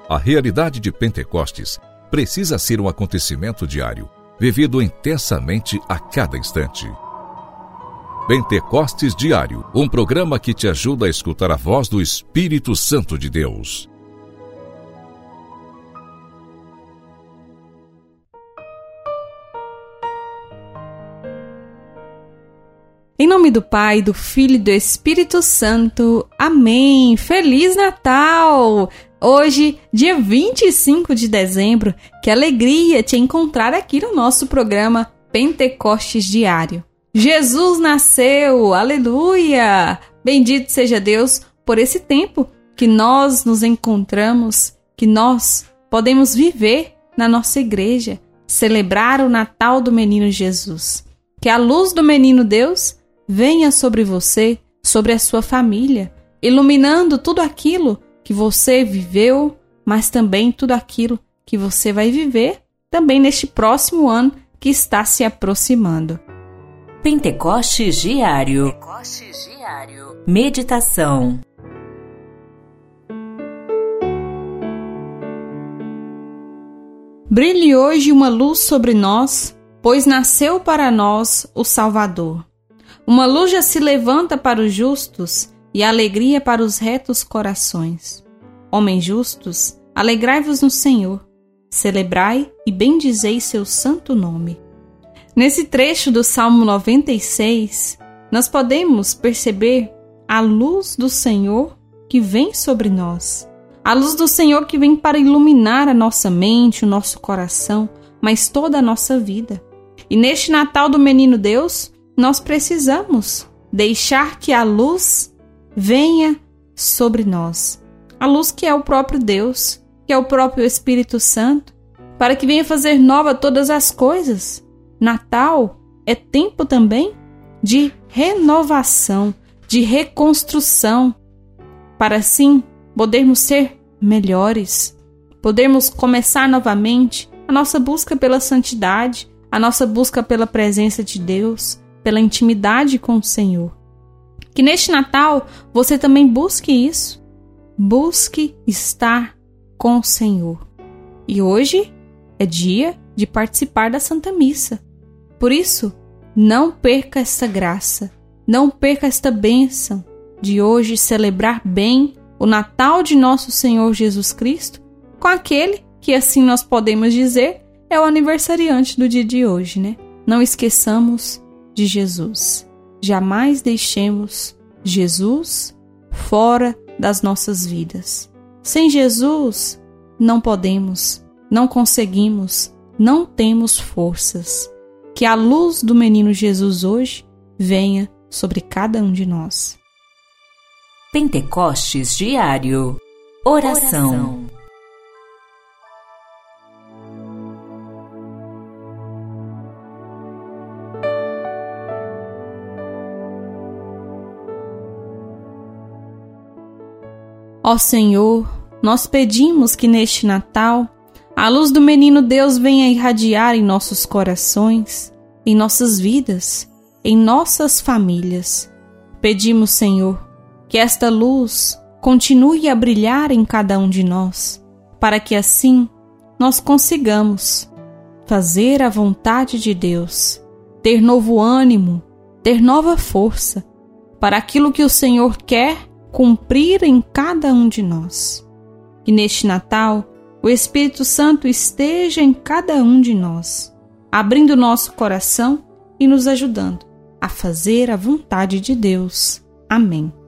A realidade de Pentecostes precisa ser um acontecimento diário, vivido intensamente a cada instante. Pentecostes Diário, um programa que te ajuda a escutar a voz do Espírito Santo de Deus. Em nome do Pai, do Filho e do Espírito Santo. Amém! Feliz Natal! Hoje, dia 25 de dezembro, que alegria te encontrar aqui no nosso programa Pentecostes Diário. Jesus nasceu! Aleluia! Bendito seja Deus por esse tempo que nós nos encontramos, que nós podemos viver na nossa igreja, celebrar o Natal do menino Jesus. Que a luz do menino Deus venha sobre você, sobre a sua família, iluminando tudo aquilo que você viveu, mas também tudo aquilo que você vai viver também neste próximo ano que está se aproximando. Pentecostes Diário. Meditação. Brilhe hoje uma luz sobre nós, pois nasceu para nós o Salvador. Uma luz já se levanta para os justos e alegria para os retos corações. Homens justos, alegrai-vos no Senhor, celebrai e bendizei seu santo nome. Nesse trecho do Salmo 96, nós podemos perceber a luz do Senhor que vem sobre nós. A luz do Senhor que vem para iluminar a nossa mente, o nosso coração, mas toda a nossa vida. E neste Natal do Menino Deus, nós precisamos deixar que a luz venha sobre nós. A luz que é o próprio Deus, que é o próprio Espírito Santo, para que venha fazer nova todas as coisas. Natal é tempo também de renovação, de reconstrução, para assim podermos ser melhores, podermos começar novamente a nossa busca pela santidade, a nossa busca pela presença de Deus, pela intimidade com o Senhor. Que neste Natal você também busque isso. Busque estar com o Senhor. E hoje é dia de participar da Santa Missa. Por isso, não perca esta graça, não perca esta bênção de hoje celebrar bem o Natal de nosso Senhor Jesus Cristo com aquele que, assim nós podemos dizer, é o aniversariante do dia de hoje, né? Não esqueçamos de Jesus. Jamais deixemos Jesus fora das nossas vidas. Sem Jesus, não podemos, não conseguimos, não temos forças. Que a luz do menino Jesus hoje venha sobre cada um de nós. Pentecostes Diário. Oração. Ó Senhor, nós pedimos que neste Natal a luz do menino Deus venha irradiar em nossos corações, em nossas vidas, em nossas famílias. Pedimos, Senhor, que esta luz continue a brilhar em cada um de nós, para que assim nós consigamos fazer a vontade de Deus, ter novo ânimo, ter nova força para aquilo que o Senhor quer cumprir em cada um de nós. Que neste Natal o Espírito Santo esteja em cada um de nós, abrindo nosso coração e nos ajudando a fazer a vontade de Deus. Amém.